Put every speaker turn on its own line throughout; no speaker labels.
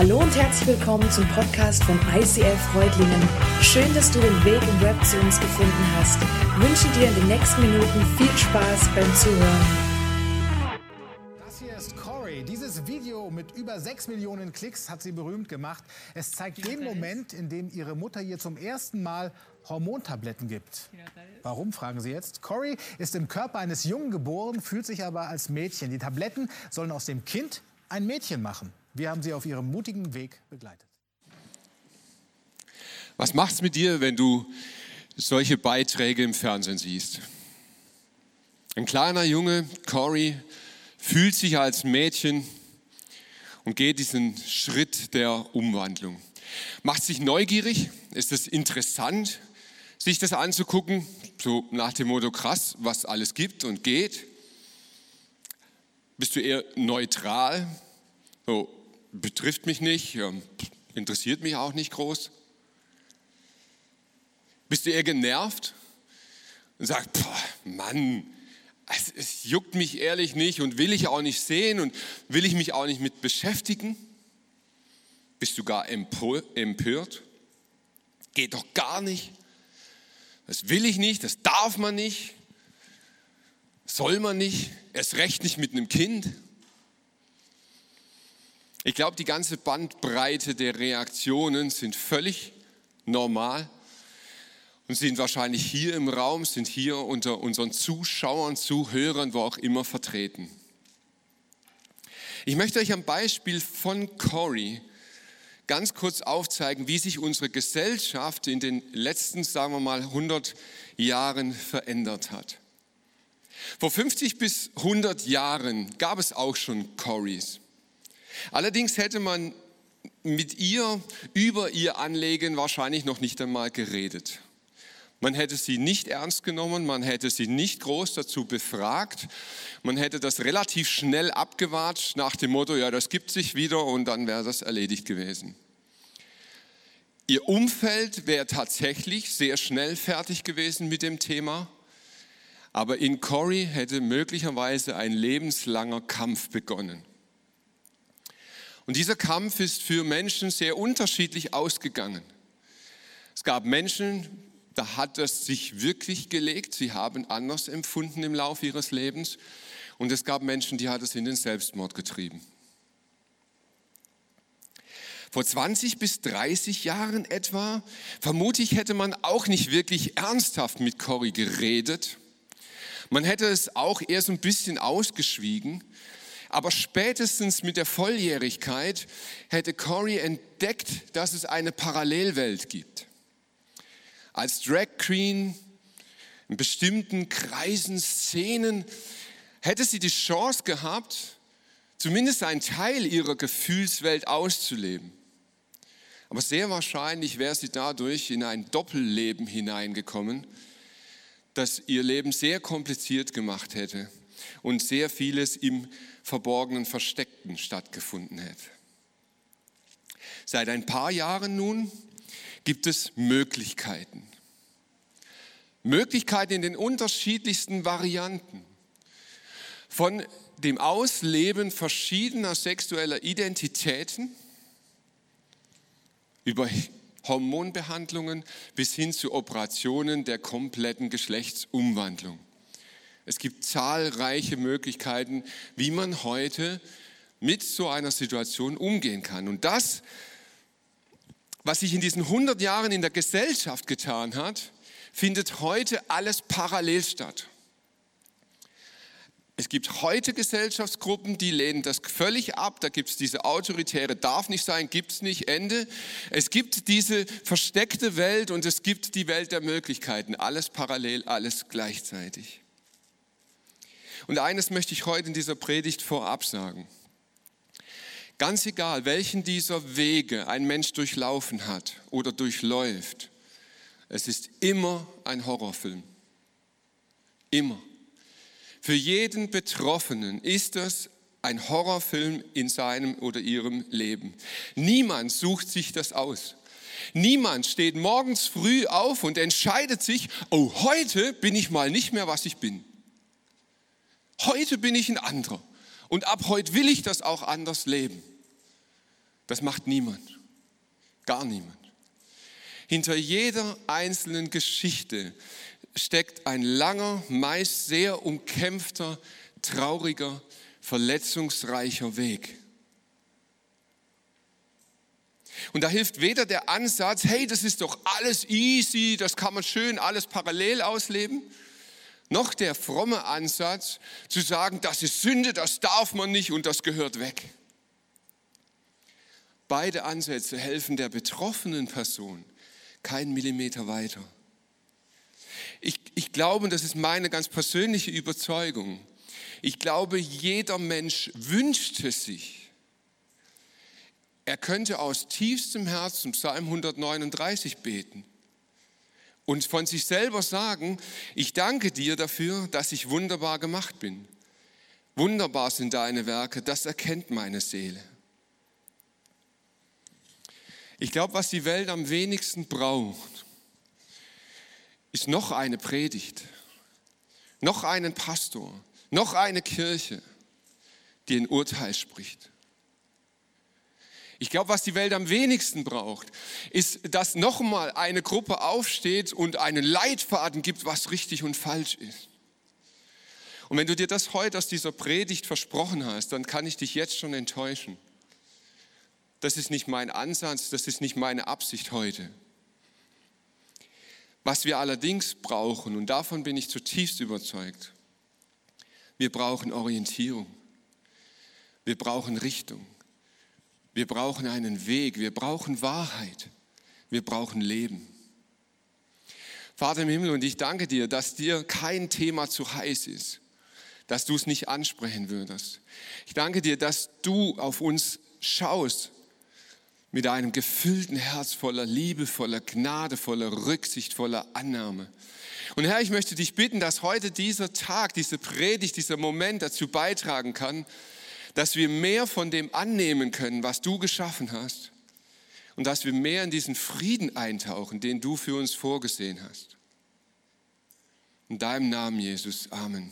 Hallo und herzlich willkommen zum Podcast von ICF Reutlingen. Schön, dass du den Weg im Web zu uns gefunden hast. Ich wünsche dir in den nächsten Minuten viel Spaß beim Zuhören.
Das hier ist Cory. Dieses Video mit über 6 Millionen Klicks hat sie berühmt gemacht. Es zeigt den Moment, in dem ihre Mutter ihr zum ersten Mal Hormontabletten gibt. Warum, fragen Sie jetzt? Cory ist im Körper eines Jungen geboren, fühlt sich aber als Mädchen. Die Tabletten sollen aus dem Kind ein Mädchen machen. Wir haben sie auf ihrem mutigen Weg begleitet.
Was macht's mit dir, wenn du solche Beiträge im Fernsehen siehst? Ein kleiner Junge, Cory, fühlt sich als Mädchen und geht diesen Schritt der Umwandlung. Macht sich neugierig? Ist es interessant, sich das anzugucken? So nach dem Motto, krass, was alles gibt und geht. Bist du eher neutral? So, betrifft mich nicht, interessiert mich auch nicht groß. Bist du eher genervt und sagst, Mann, es juckt mich ehrlich nicht und will ich auch nicht sehen und will ich mich auch nicht mit beschäftigen? Bist du gar empört? Geht doch gar nicht. Das will ich nicht, das darf man nicht, soll man nicht, erst recht nicht mit einem Kind. Ich glaube, die ganze Bandbreite der Reaktionen sind völlig normal und sind wahrscheinlich hier im Raum, sind hier unter unseren Zuschauern, Zuhörern, wo auch immer vertreten. Ich möchte euch am Beispiel von Cory ganz kurz aufzeigen, wie sich unsere Gesellschaft in den letzten, sagen wir mal, 100 Jahren verändert hat. Vor 50 bis 100 Jahren gab es auch schon Corys. Allerdings hätte man mit ihr über ihr Anliegen wahrscheinlich noch nicht einmal geredet. Man hätte sie nicht ernst genommen, man hätte sie nicht groß dazu befragt, man hätte das relativ schnell abgewatscht nach dem Motto, ja, das gibt sich wieder und dann wäre das erledigt gewesen. Ihr Umfeld wäre tatsächlich sehr schnell fertig gewesen mit dem Thema, aber in Cory hätte möglicherweise ein lebenslanger Kampf begonnen. Und dieser Kampf ist für Menschen sehr unterschiedlich ausgegangen. Es gab Menschen, da hat es sich wirklich gelegt, sie haben anders empfunden im Laufe ihres Lebens. Und es gab Menschen, die hat es in den Selbstmord getrieben. Vor 20 bis 30 Jahren etwa, vermutlich hätte man auch nicht wirklich ernsthaft mit Cory geredet. Man hätte es auch eher so ein bisschen ausgeschwiegen. Aber spätestens mit der Volljährigkeit hätte Cory entdeckt, dass es eine Parallelwelt gibt. Als Drag Queen in bestimmten Kreisen, Szenen, hätte sie die Chance gehabt, zumindest einen Teil ihrer Gefühlswelt auszuleben. Aber sehr wahrscheinlich wäre sie dadurch in ein Doppelleben hineingekommen, das ihr Leben sehr kompliziert gemacht hätte und sehr vieles im Verborgenen, Versteckten stattgefunden hätte. Seit ein paar Jahren nun gibt es Möglichkeiten. Möglichkeiten in den unterschiedlichsten Varianten. Von dem Ausleben verschiedener sexueller Identitäten über Hormonbehandlungen bis hin zu Operationen der kompletten Geschlechtsumwandlung. Es gibt zahlreiche Möglichkeiten, wie man heute mit so einer Situation umgehen kann. Und das, was sich in diesen 100 Jahren in der Gesellschaft getan hat, findet heute alles parallel statt. Es gibt heute Gesellschaftsgruppen, die lehnen das völlig ab. Da gibt es diese autoritäre, darf nicht sein, gibt es nicht, Ende. Es gibt diese versteckte Welt und es gibt die Welt der Möglichkeiten. Alles parallel, alles gleichzeitig. Und eines möchte ich heute in dieser Predigt vorab sagen. Ganz egal, welchen dieser Wege ein Mensch durchlaufen hat oder durchläuft, es ist immer ein Horrorfilm. Immer. Für jeden Betroffenen ist das ein Horrorfilm in seinem oder ihrem Leben. Niemand sucht sich das aus. Niemand steht morgens früh auf und entscheidet sich, oh, heute bin ich mal nicht mehr, was ich bin. Heute bin ich ein anderer und ab heute will ich das auch anders leben. Das macht niemand. Gar niemand. Hinter jeder einzelnen Geschichte steckt ein langer, meist sehr umkämpfter, trauriger, verletzungsreicher Weg. Und da hilft weder der Ansatz, hey, das ist doch alles easy, das kann man schön alles parallel ausleben, noch der fromme Ansatz zu sagen, das ist Sünde, das darf man nicht und das gehört weg. Beide Ansätze helfen der betroffenen Person keinen Millimeter weiter. Ich glaube, und das ist meine ganz persönliche Überzeugung, ich glaube, jeder Mensch wünschte sich, er könnte aus tiefstem Herzen Psalm 139 beten und von sich selber sagen, ich danke dir dafür, dass ich wunderbar gemacht bin. Wunderbar sind deine Werke, das erkennt meine Seele. Ich glaube, was die Welt am wenigsten braucht, ist noch eine Predigt, noch einen Pastor, noch eine Kirche, die ein Urteil spricht. Ich glaube, was die Welt am wenigsten braucht, ist, dass nochmal eine Gruppe aufsteht und einen Leitfaden gibt, was richtig und falsch ist. Und wenn du dir das heute aus dieser Predigt versprochen hast, dann kann ich dich jetzt schon enttäuschen. Das ist nicht mein Ansatz, das ist nicht meine Absicht heute. Was wir allerdings brauchen, und davon bin ich zutiefst überzeugt, wir brauchen Orientierung, wir brauchen Richtung. Wir brauchen einen Weg, wir brauchen Wahrheit, wir brauchen Leben. Vater im Himmel, und ich danke dir, dass dir kein Thema zu heiß ist, dass du es nicht ansprechen würdest. Ich danke dir, dass du auf uns schaust mit einem gefüllten Herz voller Liebe, voller Gnade, voller Rücksicht, voller Annahme. Und Herr, ich möchte dich bitten, dass heute dieser Tag, diese Predigt, dieser Moment dazu beitragen kann, dass wir mehr von dem annehmen können, was du geschaffen hast und dass wir mehr in diesen Frieden eintauchen, den du für uns vorgesehen hast. In deinem Namen, Jesus. Amen.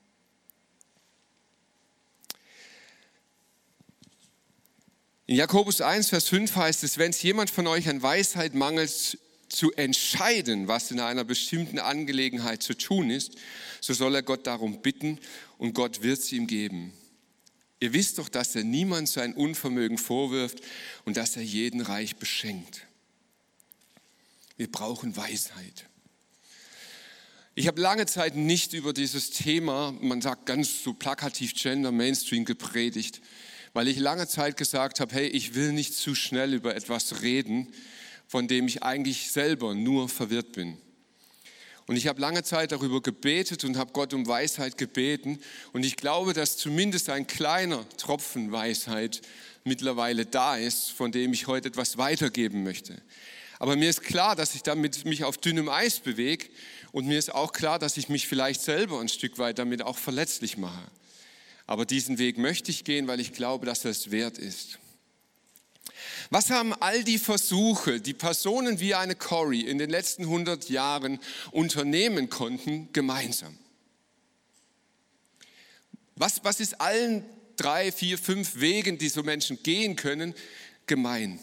In Jakobus 1, Vers 5 heißt es, wenn es jemand von euch an Weisheit mangelt, zu entscheiden, was in einer bestimmten Angelegenheit zu tun ist, so soll er Gott darum bitten und Gott wird es ihm geben. Ihr wisst doch, dass er niemand sein Unvermögen vorwirft und dass er jeden reich beschenkt. Wir brauchen Weisheit. Ich habe lange Zeit nicht über dieses Thema, man sagt ganz so plakativ Gender Mainstream gepredigt, weil ich lange Zeit gesagt habe, hey, ich will nicht zu schnell über etwas reden, von dem ich eigentlich selber nur verwirrt bin. Und ich habe lange Zeit darüber gebetet und habe Gott um Weisheit gebeten. Und ich glaube, dass zumindest ein kleiner Tropfen Weisheit mittlerweile da ist, von dem ich heute etwas weitergeben möchte. Aber mir ist klar, dass ich damit mich auf dünnem Eis bewege. Und mir ist auch klar, dass ich mich vielleicht selber ein Stück weit damit auch verletzlich mache. Aber diesen Weg möchte ich gehen, weil ich glaube, dass es wert ist. Was haben all die Versuche, die Personen wie eine Corrie in den letzten 100 Jahren unternehmen konnten, gemeinsam? Was ist allen 3, 4, 5 Wegen, die so Menschen gehen können, gemein?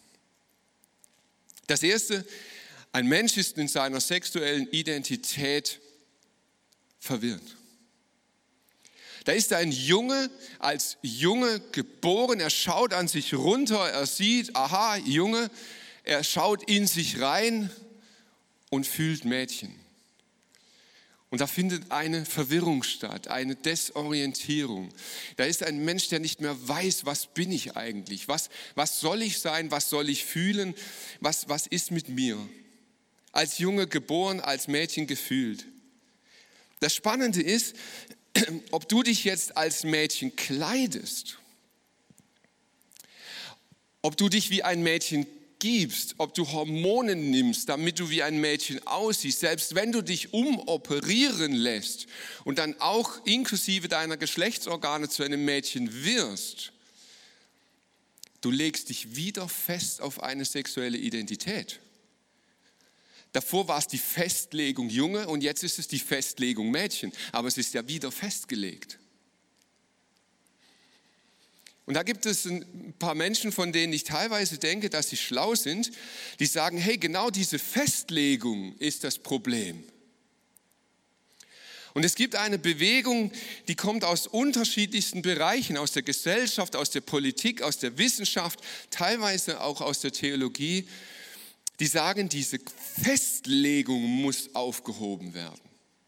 Das erste, ein Mensch ist in seiner sexuellen Identität verwirrt. Da ist ein Junge, als Junge geboren, er schaut an sich runter, er sieht, aha, Junge, er schaut in sich rein und fühlt Mädchen. Und da findet eine Verwirrung statt, eine Desorientierung. Da ist ein Mensch, der nicht mehr weiß, was bin ich eigentlich, was soll ich sein, was soll ich fühlen, was ist mit mir. Als Junge geboren, als Mädchen gefühlt. Das Spannende ist, ob du dich jetzt als Mädchen kleidest, ob du dich wie ein Mädchen gibst, ob du Hormone nimmst, damit du wie ein Mädchen aussiehst, selbst wenn du dich umoperieren lässt und dann auch inklusive deiner Geschlechtsorgane zu einem Mädchen wirst, du legst dich wieder fest auf eine sexuelle Identität. Davor war es die Festlegung Junge und jetzt ist es die Festlegung Mädchen. Aber es ist ja wieder festgelegt. Und da gibt es ein paar Menschen, von denen ich teilweise denke, dass sie schlau sind, die sagen, hey, genau diese Festlegung ist das Problem. Und es gibt eine Bewegung, die kommt aus unterschiedlichsten Bereichen, aus der Gesellschaft, aus der Politik, aus der Wissenschaft, teilweise auch aus der Theologie, die sagen, diese Festlegung muss aufgehoben werden.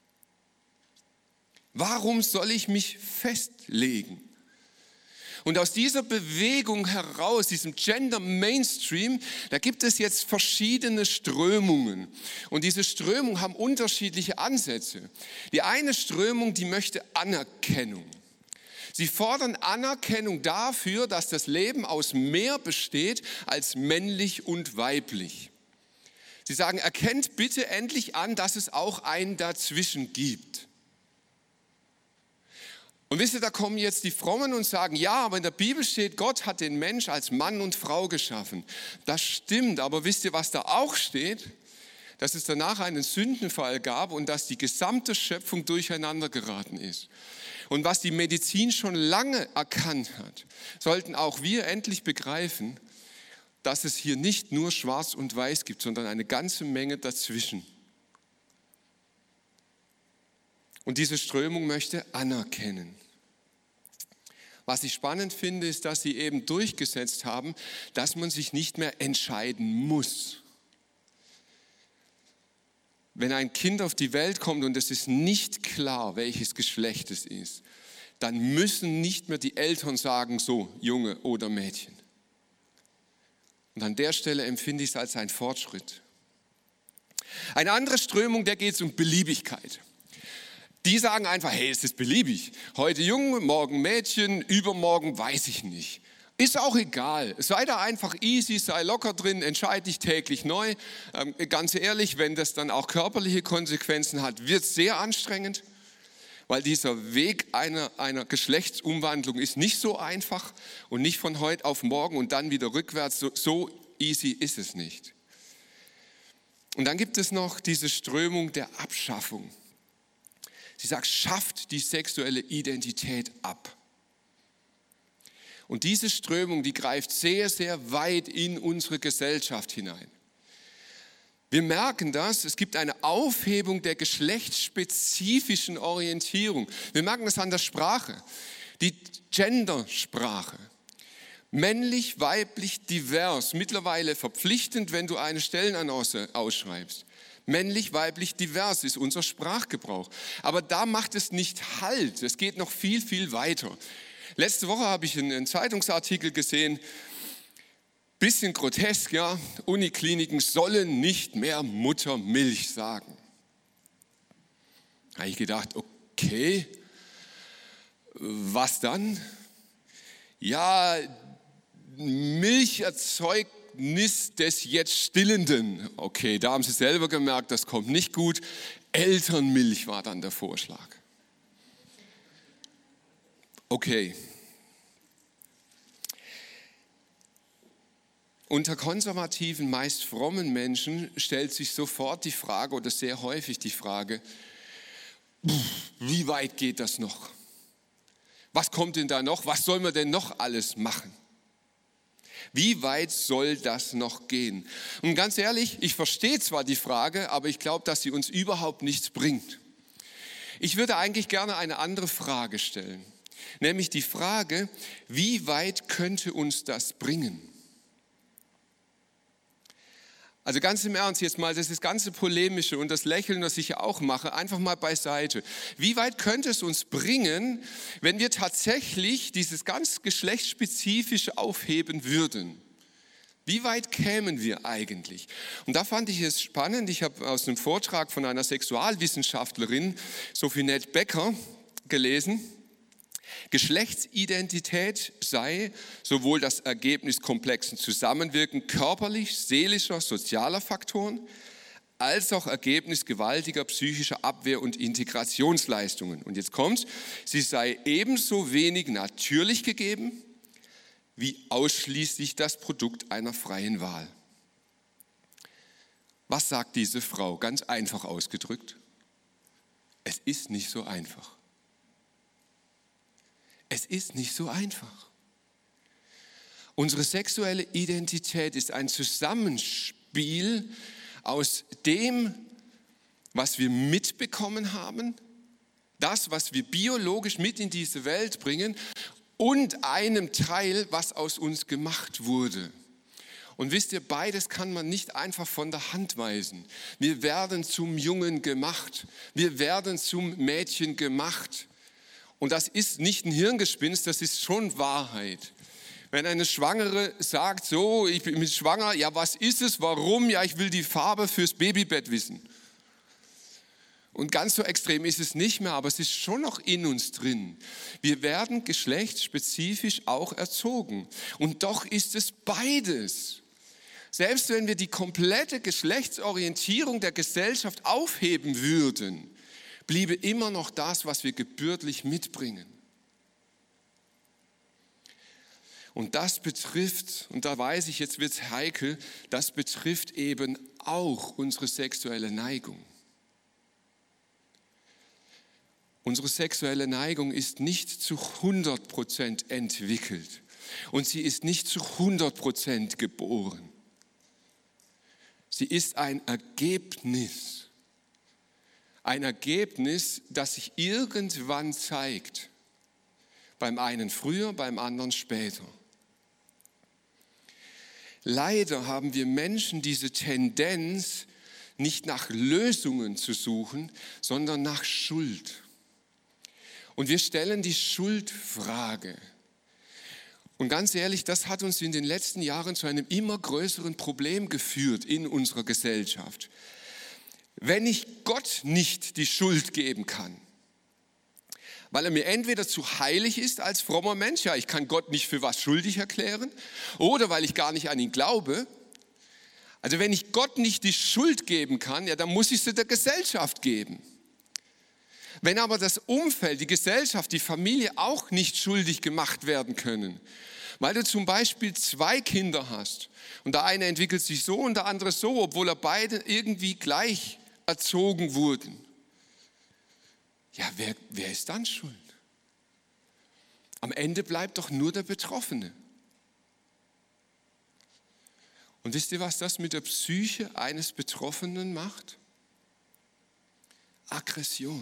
Warum soll ich mich festlegen? Und aus dieser Bewegung heraus, diesem Gender Mainstream, da gibt es jetzt verschiedene Strömungen. Und diese Strömungen haben unterschiedliche Ansätze. Die eine Strömung, die möchte Anerkennung. Sie fordern Anerkennung dafür, dass das Leben aus mehr besteht als männlich und weiblich. Sie sagen, erkennt bitte endlich an, dass es auch ein Dazwischen gibt. Und wisst ihr, da kommen jetzt die Frommen und sagen, ja, aber in der Bibel steht, Gott hat den Mensch als Mann und Frau geschaffen. Das stimmt, aber wisst ihr, was da auch steht? Dass es danach einen Sündenfall gab und dass die gesamte Schöpfung durcheinander geraten ist. Und was die Medizin schon lange erkannt hat, sollten auch wir endlich begreifen, dass es hier nicht nur schwarz und weiß gibt, sondern eine ganze Menge dazwischen. Und diese Strömung möchte anerkennen. Was ich spannend finde, ist, dass sie eben durchgesetzt haben, dass man sich nicht mehr entscheiden muss. Wenn ein Kind auf die Welt kommt und es ist nicht klar, welches Geschlecht es ist, dann müssen nicht mehr die Eltern sagen, so, Junge oder Mädchen. Und an der Stelle empfinde ich es als einen Fortschritt. Eine andere Strömung, der geht um Beliebigkeit. Die sagen einfach, hey, es ist beliebig. Heute Junge, morgen Mädchen, übermorgen weiß ich nicht. Ist auch egal. Sei da einfach easy, sei locker drin, entscheide dich täglich neu. Ganz ehrlich, wenn das dann auch körperliche Konsequenzen hat, wird es sehr anstrengend, weil dieser Weg einer Geschlechtsumwandlung ist nicht so einfach und nicht von heute auf morgen und dann wieder rückwärts. So easy ist es nicht. Und dann gibt es noch diese Strömung der Abschaffung. Sie sagt, schafft die sexuelle Identität ab. Und diese Strömung, die greift sehr, sehr weit in unsere Gesellschaft hinein. Wir merken das, es gibt eine Aufhebung der geschlechtsspezifischen Orientierung. Wir merken das an der Sprache, die Gendersprache. Männlich, weiblich, divers, mittlerweile verpflichtend, wenn du eine Stellenannonce ausschreibst. Männlich, weiblich, divers ist unser Sprachgebrauch. Aber da macht es nicht Halt, es geht noch viel, viel weiter. Letzte Woche habe ich einen Zeitungsartikel gesehen, bisschen grotesk, ja, Unikliniken sollen nicht mehr Muttermilch sagen. Da habe ich gedacht, okay, was dann? Ja, Milcherzeugnis des jetzt Stillenden. Okay, da haben sie selber gemerkt, das kommt nicht gut. Elternmilch war dann der Vorschlag. Okay. Unter konservativen, meist frommen Menschen stellt sich sofort die Frage oder sehr häufig die Frage, wie weit geht das noch? Was kommt denn da noch? Was soll man denn noch alles machen? Wie weit soll das noch gehen? Und ganz ehrlich, ich verstehe zwar die Frage, aber ich glaube, dass sie uns überhaupt nichts bringt. Ich würde eigentlich gerne eine andere Frage stellen, nämlich die Frage, wie weit könnte uns das bringen? Also ganz im Ernst jetzt mal, das ganze Polemische und das Lächeln, das ich ja auch mache, einfach mal beiseite. Wie weit könnte es uns bringen, wenn wir tatsächlich dieses ganz geschlechtsspezifische aufheben würden? Wie weit kämen wir eigentlich? Und da fand ich es spannend, ich habe aus einem Vortrag von einer Sexualwissenschaftlerin, Sophie-Nett Becker, gelesen, Geschlechtsidentität sei sowohl das Ergebnis komplexen Zusammenwirken körperlich, seelischer, sozialer Faktoren, als auch Ergebnis gewaltiger psychischer Abwehr- und Integrationsleistungen. Und jetzt kommt's, sie sei ebenso wenig natürlich gegeben, wie ausschließlich das Produkt einer freien Wahl. Was sagt diese Frau? Ganz einfach ausgedrückt, es ist nicht so einfach. Es ist nicht so einfach. Unsere sexuelle Identität ist ein Zusammenspiel aus dem, was wir mitbekommen haben, das, was wir biologisch mit in diese Welt bringen und einem Teil, was aus uns gemacht wurde. Und wisst ihr, beides kann man nicht einfach von der Hand weisen. Wir werden zum Jungen gemacht, wir werden zum Mädchen gemacht. Und das ist nicht ein Hirngespinst, das ist schon Wahrheit. Wenn eine Schwangere sagt, so, ich bin schwanger, ja, was ist es, warum? Ja, ich will die Farbe fürs Babybett wissen. Und ganz so extrem ist es nicht mehr, aber es ist schon noch in uns drin. Wir werden geschlechtsspezifisch auch erzogen. Und doch ist es beides. Selbst wenn wir die komplette Geschlechtsorientierung der Gesellschaft aufheben würden, bliebe immer noch das, was wir gebürtig mitbringen. Und das betrifft, und da weiß ich, jetzt wird es heikel, das betrifft eben auch unsere sexuelle Neigung. Unsere sexuelle Neigung ist nicht zu 100% entwickelt und sie ist nicht zu 100% geboren. Sie ist ein Ergebnis, das sich irgendwann zeigt. Beim einen früher, beim anderen später. Leider haben wir Menschen diese Tendenz, nicht nach Lösungen zu suchen, sondern nach Schuld. Und wir stellen die Schuldfrage. Und ganz ehrlich, das hat uns in den letzten Jahren zu einem immer größeren Problem geführt in unserer Gesellschaft. Wenn ich Gott nicht die Schuld geben kann, weil er mir entweder zu heilig ist als frommer Mensch, ja, ich kann Gott nicht für was schuldig erklären, oder weil ich gar nicht an ihn glaube. Also wenn ich Gott nicht die Schuld geben kann, ja, dann muss ich sie der Gesellschaft geben. Wenn aber das Umfeld, die Gesellschaft, die Familie auch nicht schuldig gemacht werden können, weil du zum Beispiel 2 Kinder hast und der eine entwickelt sich so und der andere so, obwohl er beide irgendwie gleich erzogen wurden. Ja, wer ist dann schuld? Am Ende bleibt doch nur der Betroffene. Und wisst ihr, was das mit der Psyche eines Betroffenen macht? Aggression.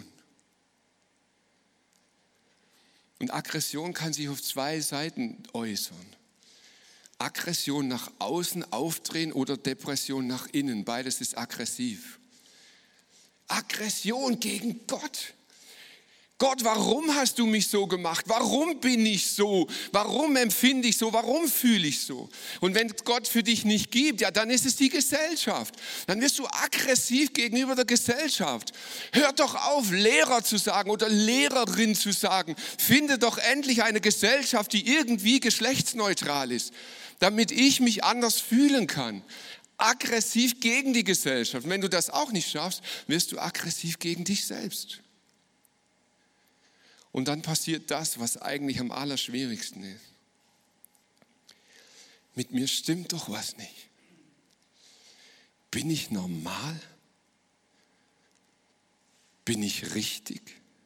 Und Aggression kann sich auf 2 Seiten äußern. Aggression nach außen aufdrehen oder Depression nach innen. Beides ist aggressiv. Aggression gegen Gott. Gott, warum hast du mich so gemacht? Warum bin ich so? Warum empfinde ich so? Warum fühle ich so? Und wenn Gott für dich nicht gibt, ja, dann ist es die Gesellschaft. Dann wirst du aggressiv gegenüber der Gesellschaft. Hör doch auf, Lehrer zu sagen oder Lehrerin zu sagen. Finde doch endlich eine Gesellschaft, die irgendwie geschlechtsneutral ist, damit ich mich anders fühlen kann. Aggressiv gegen die Gesellschaft. Und wenn du das auch nicht schaffst, wirst du aggressiv gegen dich selbst. Und dann passiert das, was eigentlich am allerschwierigsten ist. Mit mir stimmt doch was nicht. Bin ich normal? Bin ich richtig?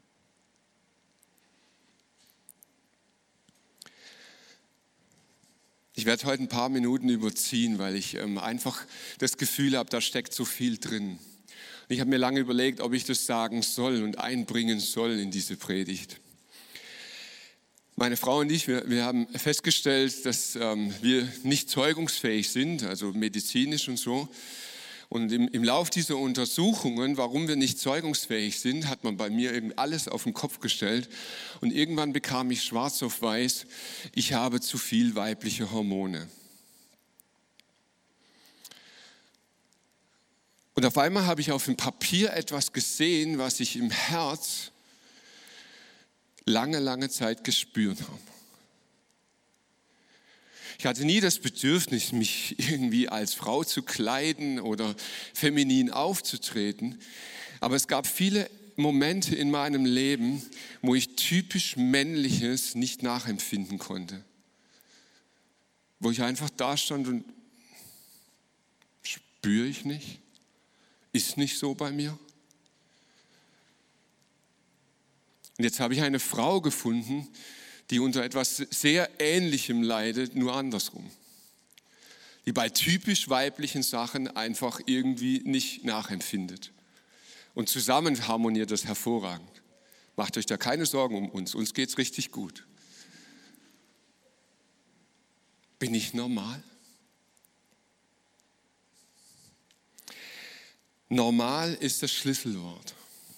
Ich werde heute ein paar Minuten überziehen, weil ich einfach das Gefühl habe, da steckt so viel drin. Ich habe mir lange überlegt, ob ich das sagen soll und einbringen soll in diese Predigt. Meine Frau und ich, wir haben festgestellt, dass wir nicht zeugungsfähig sind, also medizinisch und so. Und im Lauf dieser Untersuchungen, warum wir nicht zeugungsfähig sind, hat man bei mir eben alles auf den Kopf gestellt. Und irgendwann bekam ich schwarz auf weiß, ich habe zu viel weibliche Hormone. Und auf einmal habe ich auf dem Papier etwas gesehen, was ich im Herz lange Zeit gespürt habe. Ich hatte nie das Bedürfnis, mich irgendwie als Frau zu kleiden oder feminin aufzutreten. Aber es gab viele Momente in meinem Leben, wo ich typisch Männliches nicht nachempfinden konnte. Wo ich einfach da stand und spüre ich nicht. Ist nicht so bei mir. Und jetzt habe ich eine Frau gefunden, die unter etwas sehr Ähnlichem leidet, nur andersrum. Die bei typisch weiblichen Sachen einfach irgendwie nicht nachempfindet. Und zusammen harmoniert das hervorragend. Macht euch da keine Sorgen um uns geht es richtig gut. Bin ich normal? Normal ist das Schlüsselwort.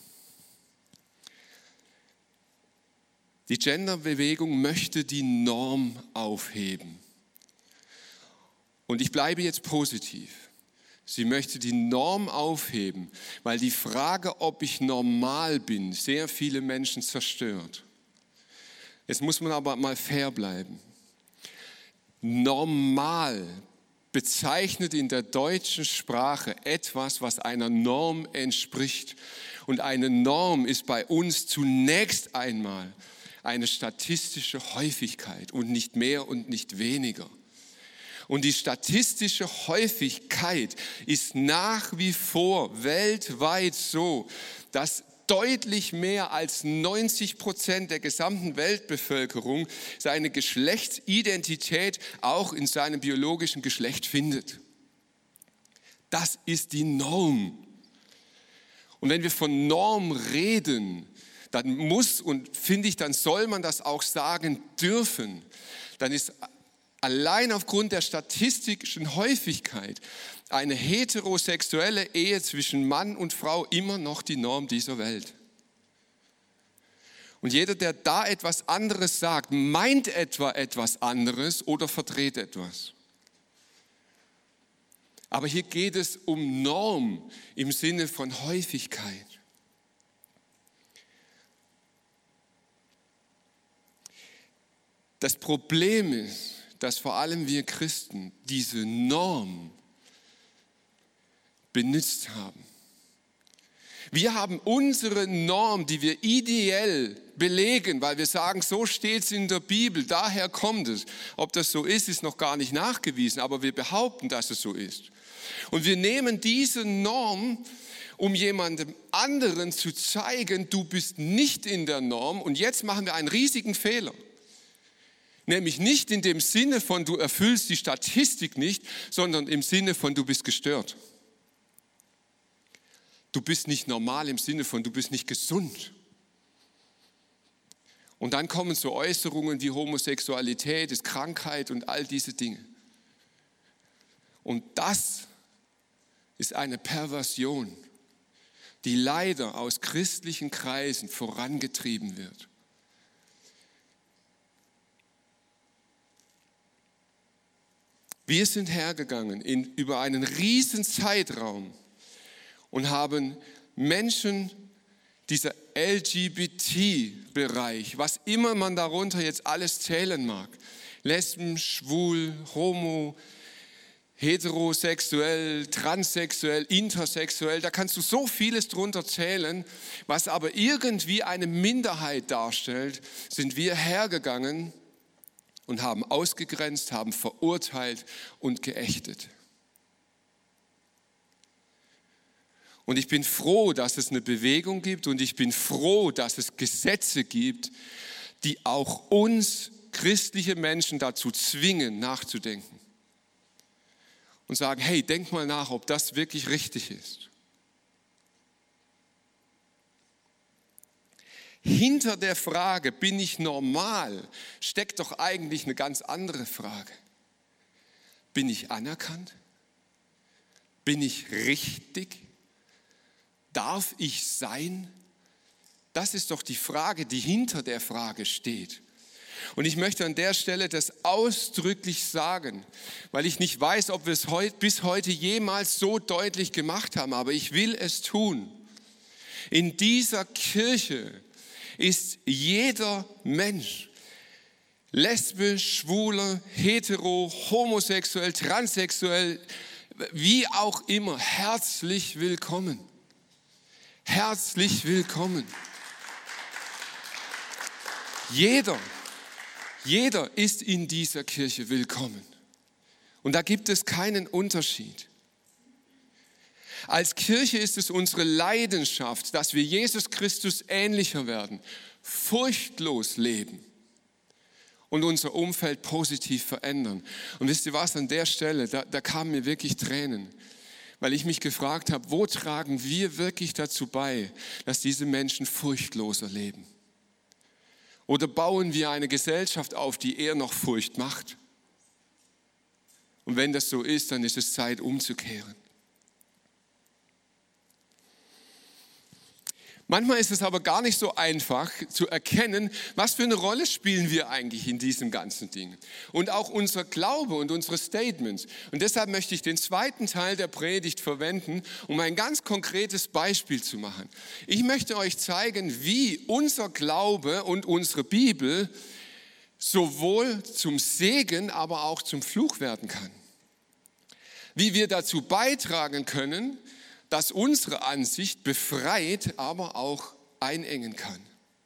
Die Genderbewegung möchte die Norm aufheben. Und ich bleibe jetzt positiv. Sie möchte die Norm aufheben, weil die Frage, ob ich normal bin, sehr viele Menschen zerstört. Jetzt muss man aber mal fair bleiben. Normal bezeichnet in der deutschen Sprache etwas, was einer Norm entspricht. Und eine Norm ist bei uns zunächst einmal eine statistische Häufigkeit und nicht mehr und nicht weniger. Und die statistische Häufigkeit ist nach wie vor weltweit so, dass deutlich mehr als 90% der gesamten Weltbevölkerung seine Geschlechtsidentität auch in seinem biologischen Geschlecht findet. Das ist die Norm. Und wenn wir von Norm reden, dann muss und finde ich, dann soll man das auch sagen dürfen. Dann ist allein aufgrund der statistischen Häufigkeit eine heterosexuelle Ehe zwischen Mann und Frau immer noch die Norm dieser Welt. Und jeder, der da etwas anderes sagt, meint etwa etwas anderes oder verdreht etwas. Aber hier geht es um Norm im Sinne von Häufigkeit. Das Problem ist, dass vor allem wir Christen diese Norm benutzt haben. Wir haben unsere Norm, die wir ideell belegen, weil wir sagen, so steht es in der Bibel, daher kommt es. Ob das so ist, ist noch gar nicht nachgewiesen, aber wir behaupten, dass es so ist. Und wir nehmen diese Norm, um jemandem anderen zu zeigen, du bist nicht in der Norm. Und jetzt machen wir einen riesigen Fehler. Nämlich nicht in dem Sinne von, du erfüllst die Statistik nicht, sondern im Sinne von, du bist gestört. Du bist nicht normal im Sinne von, du bist nicht gesund. Und dann kommen so Äußerungen wie Homosexualität, ist Krankheit und all diese Dinge. Und das ist eine Perversion, die leider aus christlichen Kreisen vorangetrieben wird. Wir sind hergegangen über einen riesen Zeitraum und haben Menschen, dieser LGBT-Bereich, was immer man darunter jetzt alles zählen mag, Lesben, schwul, homo, heterosexuell, transsexuell, intersexuell, da kannst du so vieles drunter zählen, was aber irgendwie eine Minderheit darstellt, sind wir hergegangen und haben ausgegrenzt, haben verurteilt und geächtet. Und ich bin froh, dass es eine Bewegung gibt und ich bin froh, dass es Gesetze gibt, die auch uns christliche Menschen dazu zwingen, nachzudenken. Und sagen, hey, denk mal nach, ob das wirklich richtig ist. Hinter der Frage, bin ich normal, steckt doch eigentlich eine ganz andere Frage. Bin ich anerkannt? Bin ich richtig? Darf ich sein? Das ist doch die Frage, die hinter der Frage steht. Und ich möchte an der Stelle das ausdrücklich sagen, weil ich nicht weiß, ob wir es bis heute jemals so deutlich gemacht haben, aber ich will es tun. In dieser Kirche ist jeder Mensch, lesbisch, schwuler, hetero, homosexuell, transsexuell, wie auch immer, herzlich willkommen. Herzlich willkommen. Jeder ist in dieser Kirche willkommen. Und da gibt es keinen Unterschied. Als Kirche ist es unsere Leidenschaft, dass wir Jesus Christus ähnlicher werden, furchtlos leben. und unser Umfeld positiv verändern. Und wisst ihr was, an der Stelle, da kamen mir wirklich Tränen, weil ich mich gefragt habe, wo tragen wir wirklich dazu bei, dass diese Menschen furchtloser leben? Oder bauen wir eine Gesellschaft auf, die eher noch Furcht macht? Und wenn das so ist, dann ist es Zeit umzukehren. Manchmal ist es aber gar nicht so einfach zu erkennen, was für eine Rolle spielen wir eigentlich in diesem ganzen Ding. Und auch unser Glaube und unsere Statements. Und deshalb möchte ich den zweiten Teil der Predigt verwenden, um ein ganz konkretes Beispiel zu machen. Ich möchte euch zeigen, wie unser Glaube und unsere Bibel sowohl zum Segen, aber auch zum Fluch werden kann. Wie wir dazu beitragen können, dass unsere Ansicht befreit, aber auch einengen kann.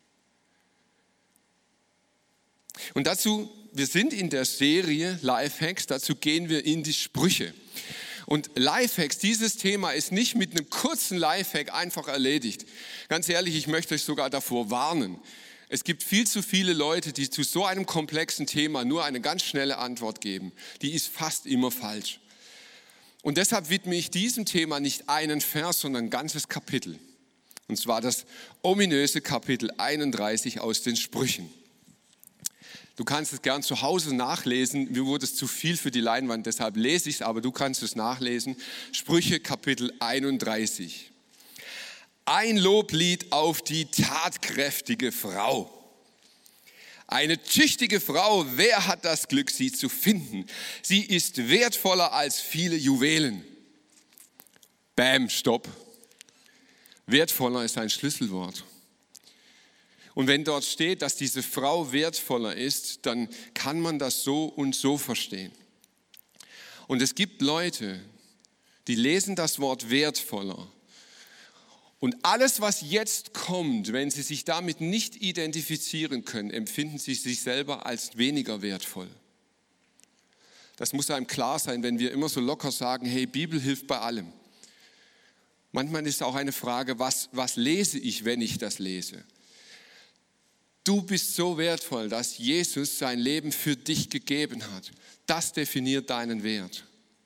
Und dazu, wir sind in der Serie Lifehacks, dazu gehen wir in die Sprüche. Und Lifehacks, dieses Thema ist nicht mit einem kurzen Lifehack einfach erledigt. Ganz ehrlich, ich möchte euch sogar davor warnen. Es gibt viel zu viele Leute, die zu so einem komplexen Thema nur eine ganz schnelle Antwort geben. Die ist fast immer falsch. Und deshalb widme ich diesem Thema nicht einen Vers, sondern ein ganzes Kapitel. Und zwar das ominöse Kapitel 31 aus den Sprüchen. Du kannst es gern zu Hause nachlesen. Mir wurde es zu viel für die Leinwand, deshalb lese ich es, aber du kannst es nachlesen. Sprüche Kapitel 31. Ein Loblied auf die tatkräftige Frau. Eine tüchtige Frau, wer hat das Glück, sie zu finden? Sie ist wertvoller als viele Juwelen. Bam, stopp. Wertvoller ist ein Schlüsselwort. Und wenn dort steht, dass diese Frau wertvoller ist, dann kann man das so und so verstehen. Und es gibt Leute, die lesen das Wort wertvoller. Und alles, was jetzt kommt, wenn sie sich damit nicht identifizieren können, empfinden sie sich selber als weniger wertvoll. Das muss einem klar sein, wenn wir immer so locker sagen, hey, Bibel hilft bei allem. Manchmal ist es auch eine Frage, was lese ich, wenn ich das lese? Du bist so wertvoll, dass Jesus sein Leben für dich gegeben hat. Das definiert deinen Wert.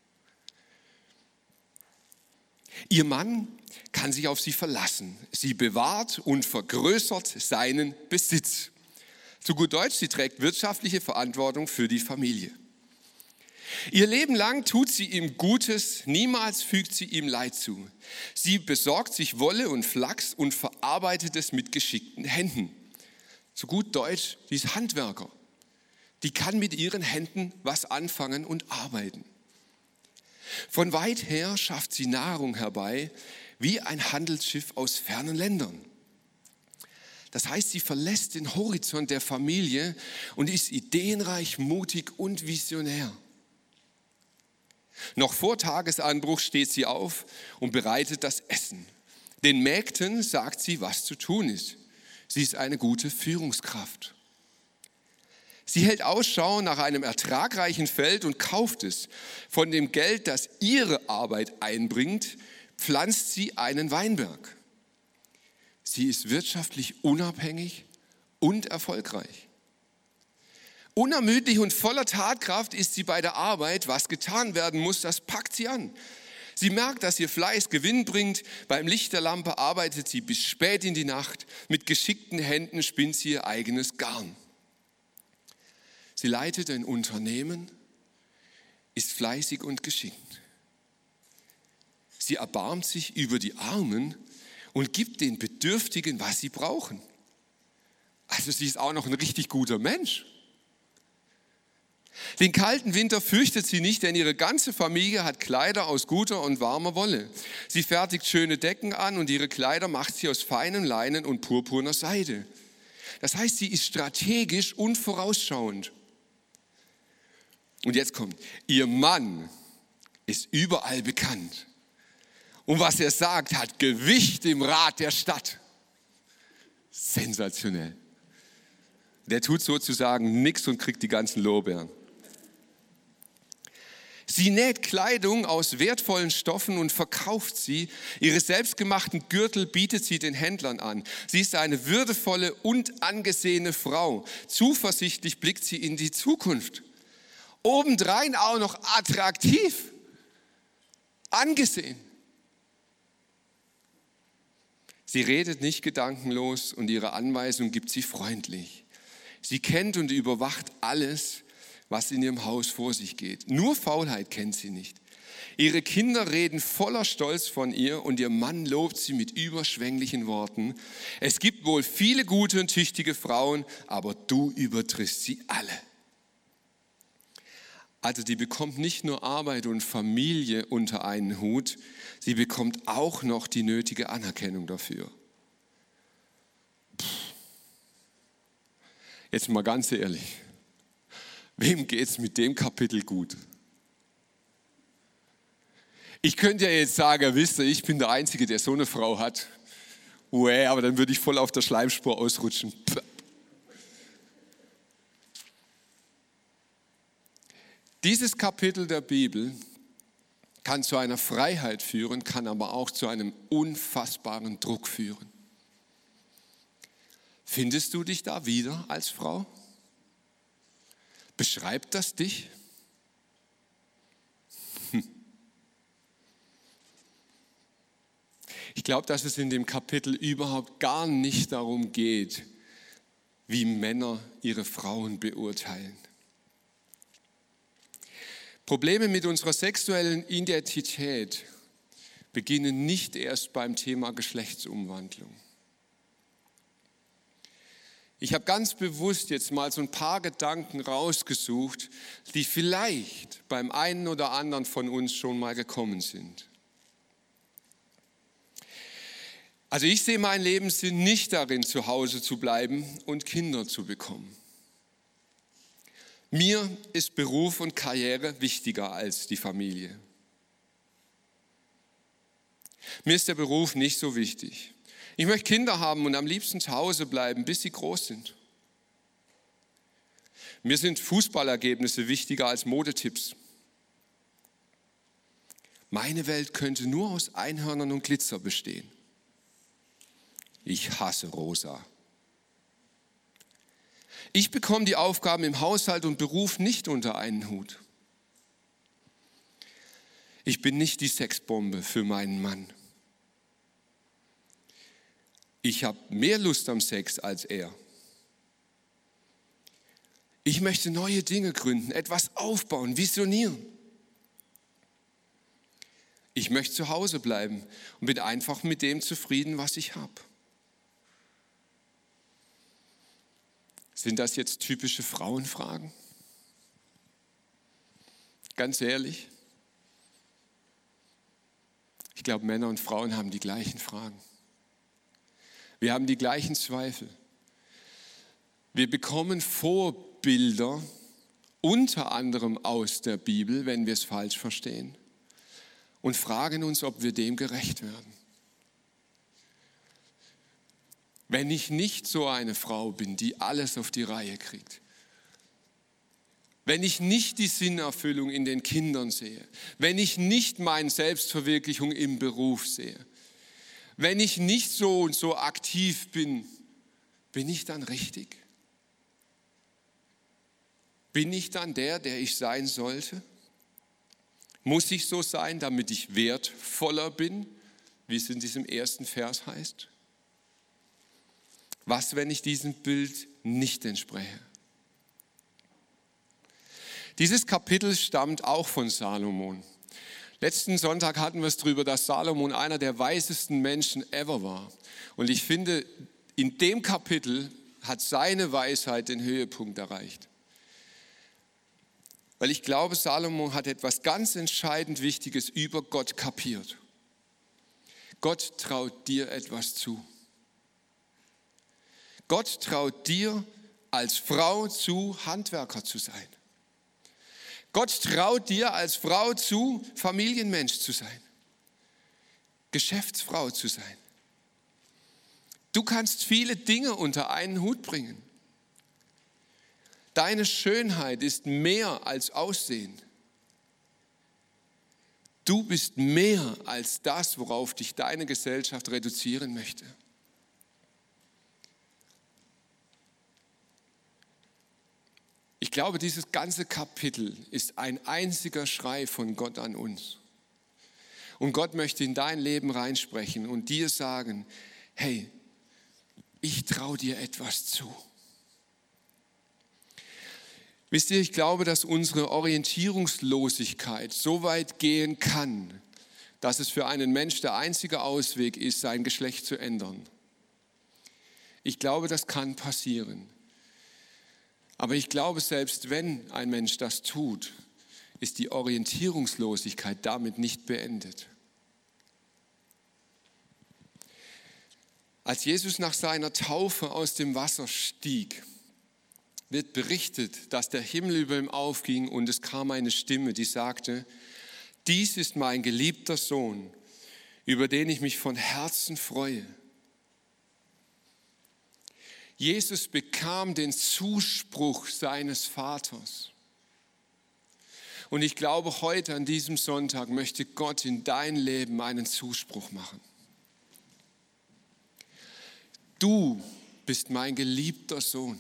Ihr Mann kann sich auf sie verlassen. Sie bewahrt und vergrößert seinen Besitz. Zu gut Deutsch, sie trägt wirtschaftliche Verantwortung für die Familie. Ihr Leben lang tut sie ihm Gutes, niemals fügt sie ihm Leid zu. Sie besorgt sich Wolle und Flachs und verarbeitet es mit geschickten Händen. Zu gut Deutsch, sie ist Handwerker. Die kann mit ihren Händen was anfangen und arbeiten. Von weit her schafft sie Nahrung herbei, wie ein Handelsschiff aus fernen Ländern. Das heißt, sie verlässt den Horizont der Familie und ist ideenreich, mutig und visionär. Noch vor Tagesanbruch steht sie auf und bereitet das Essen. Den Mägden sagt sie, was zu tun ist. Sie ist eine gute Führungskraft. Sie hält Ausschau nach einem ertragreichen Feld und kauft es. Von dem Geld, das ihre Arbeit einbringt, pflanzt sie einen Weinberg. Sie ist wirtschaftlich unabhängig und erfolgreich. Unermüdlich und voller Tatkraft ist sie bei der Arbeit. Was getan werden muss, das packt sie an. Sie merkt, dass ihr Fleiß Gewinn bringt. Beim Licht der Lampe arbeitet sie bis spät in die Nacht. Mit geschickten Händen spinnt sie ihr eigenes Garn. Sie leitet ein Unternehmen, ist fleißig und geschickt. Sie erbarmt sich über die Armen und gibt den Bedürftigen, was sie brauchen. Also sie ist auch noch ein richtig guter Mensch. Den kalten Winter fürchtet sie nicht, denn ihre ganze Familie hat Kleider aus guter und warmer Wolle. Sie fertigt schöne Decken an und ihre Kleider macht sie aus feinem Leinen und purpurner Seide. Das heißt, sie ist strategisch und vorausschauend. Und jetzt kommt, ihr Mann ist überall bekannt. Und was er sagt, hat Gewicht im Rat der Stadt. Sensationell. Der tut sozusagen nichts und kriegt die ganzen Lorbeeren. Sie näht Kleidung aus wertvollen Stoffen und verkauft sie. Ihre selbstgemachten Gürtel bietet sie den Händlern an. Sie ist eine würdevolle und angesehene Frau. Zuversichtlich blickt sie in die Zukunft. Obendrein auch noch attraktiv, angesehen. Sie redet nicht gedankenlos und ihre Anweisung gibt sie freundlich. Sie kennt und überwacht alles, was in ihrem Haus vor sich geht. Nur Faulheit kennt sie nicht. Ihre Kinder reden voller Stolz von ihr und ihr Mann lobt sie mit überschwänglichen Worten. Es gibt wohl viele gute und tüchtige Frauen, aber du übertriffst sie alle. Also die bekommt nicht nur Arbeit und Familie unter einen Hut, sie bekommt auch noch die nötige Anerkennung dafür. Jetzt mal ganz ehrlich, wem geht's mit dem Kapitel gut? Ich könnte ja jetzt sagen, wisst ihr, ich bin der Einzige, der so eine Frau hat. Aber dann würde ich voll auf der Schleimspur ausrutschen. Dieses Kapitel der Bibel kann zu einer Freiheit führen, kann aber auch zu einem unfassbaren Druck führen. Findest du dich da wieder als Frau? Beschreibt das dich? Ich glaube, dass es in dem Kapitel überhaupt gar nicht darum geht, wie Männer ihre Frauen beurteilen. Probleme mit unserer sexuellen Identität beginnen nicht erst beim Thema Geschlechtsumwandlung. Ich habe ganz bewusst jetzt mal so ein paar Gedanken rausgesucht, die vielleicht beim einen oder anderen von uns schon mal gekommen sind. Also ich sehe meinen Lebenssinn nicht darin, zu Hause zu bleiben und Kinder zu bekommen. Mir ist Beruf und Karriere wichtiger als die Familie. Mir ist der Beruf nicht so wichtig. Ich möchte Kinder haben und am liebsten zu Hause bleiben, bis sie groß sind. Mir sind Fußballergebnisse wichtiger als Modetipps. Meine Welt könnte nur aus Einhörnern und Glitzer bestehen. Ich hasse rosa. Ich bekomme die Aufgaben im Haushalt und Beruf nicht unter einen Hut. Ich bin nicht die Sexbombe für meinen Mann. Ich habe mehr Lust am Sex als er. Ich möchte neue Dinge gründen, etwas aufbauen, visionieren. Ich möchte zu Hause bleiben und bin einfach mit dem zufrieden, was ich habe. Sind das jetzt typische Frauenfragen? Ganz ehrlich, ich glaube, Männer und Frauen haben die gleichen Fragen. Wir haben die gleichen Zweifel. Wir bekommen Vorbilder, unter anderem aus der Bibel, wenn wir es falsch verstehen, und fragen uns, ob wir dem gerecht werden. Wenn ich nicht so eine Frau bin, die alles auf die Reihe kriegt, wenn ich nicht die Sinnerfüllung in den Kindern sehe, wenn ich nicht meine Selbstverwirklichung im Beruf sehe, wenn ich nicht so und so aktiv bin, bin ich dann richtig? Bin ich dann der ich sein sollte? Muss ich so sein, damit ich wertvoller bin, wie es in diesem ersten Vers heißt? Was, wenn ich diesem Bild nicht entspreche? Dieses Kapitel stammt auch von Salomon. Letzten Sonntag hatten wir es darüber, dass Salomon einer der weisesten Menschen ever war. Und ich finde, in dem Kapitel hat seine Weisheit den Höhepunkt erreicht. Weil ich glaube, Salomon hat etwas ganz entscheidend Wichtiges über Gott kapiert. Gott traut dir etwas zu. Gott traut dir als Frau zu, Handwerker zu sein. Gott traut dir als Frau zu, Familienmensch zu sein, Geschäftsfrau zu sein. Du kannst viele Dinge unter einen Hut bringen. Deine Schönheit ist mehr als Aussehen. Du bist mehr als das, worauf dich deine Gesellschaft reduzieren möchte. Ich glaube, dieses ganze Kapitel ist ein einziger Schrei von Gott an uns. Und Gott möchte in dein Leben reinsprechen und dir sagen, hey, ich traue dir etwas zu. Wisst ihr, ich glaube, dass unsere Orientierungslosigkeit so weit gehen kann, dass es für einen Mensch der einzige Ausweg ist, sein Geschlecht zu ändern. Ich glaube, das kann passieren. Aber ich glaube, selbst wenn ein Mensch das tut, ist die Orientierungslosigkeit damit nicht beendet. Als Jesus nach seiner Taufe aus dem Wasser stieg, wird berichtet, dass der Himmel über ihm aufging und es kam eine Stimme, die sagte, dies ist mein geliebter Sohn, über den ich mich von Herzen freue. Jesus bekam den Zuspruch seines Vaters. Und ich glaube, heute an diesem Sonntag möchte Gott in dein Leben einen Zuspruch machen. Du bist mein geliebter Sohn.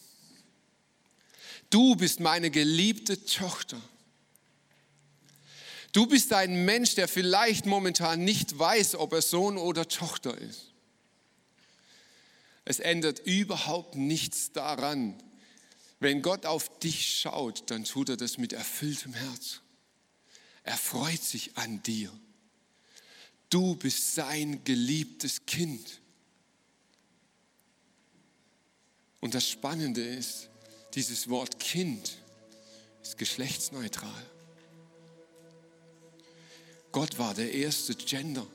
Du bist meine geliebte Tochter. Du bist ein Mensch, der vielleicht momentan nicht weiß, ob er Sohn oder Tochter ist. Es ändert überhaupt nichts daran. Wenn Gott auf dich schaut, dann tut er das mit erfülltem Herz. Er freut sich an dir. Du bist sein geliebtes Kind. Und das Spannende ist, dieses Wort Kind ist geschlechtsneutral. Gott war der erste Gender.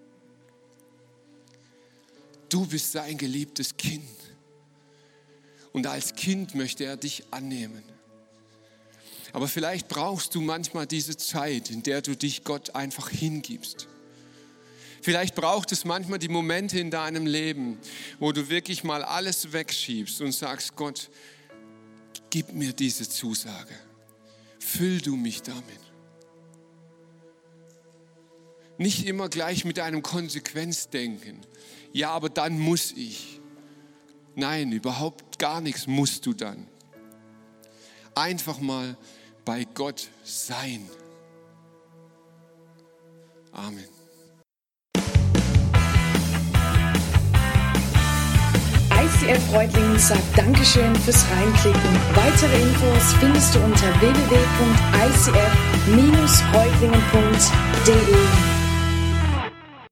Du bist sein geliebtes Kind. Und als Kind möchte er dich annehmen. Aber vielleicht brauchst du manchmal diese Zeit, in der du dich Gott einfach hingibst. Vielleicht braucht es manchmal die Momente in deinem Leben, wo du wirklich mal alles wegschiebst und sagst, Gott, gib mir diese Zusage. Füll du mich damit. Nicht immer gleich mit einem Konsequenzdenken. Ja, aber dann muss ich. Nein, überhaupt gar nichts musst du dann. Einfach mal bei Gott sein. Amen.
ICF Reutlingen sagt Dankeschön fürs Reinklicken. Weitere Infos findest du unter www.icf-reutlingen.de.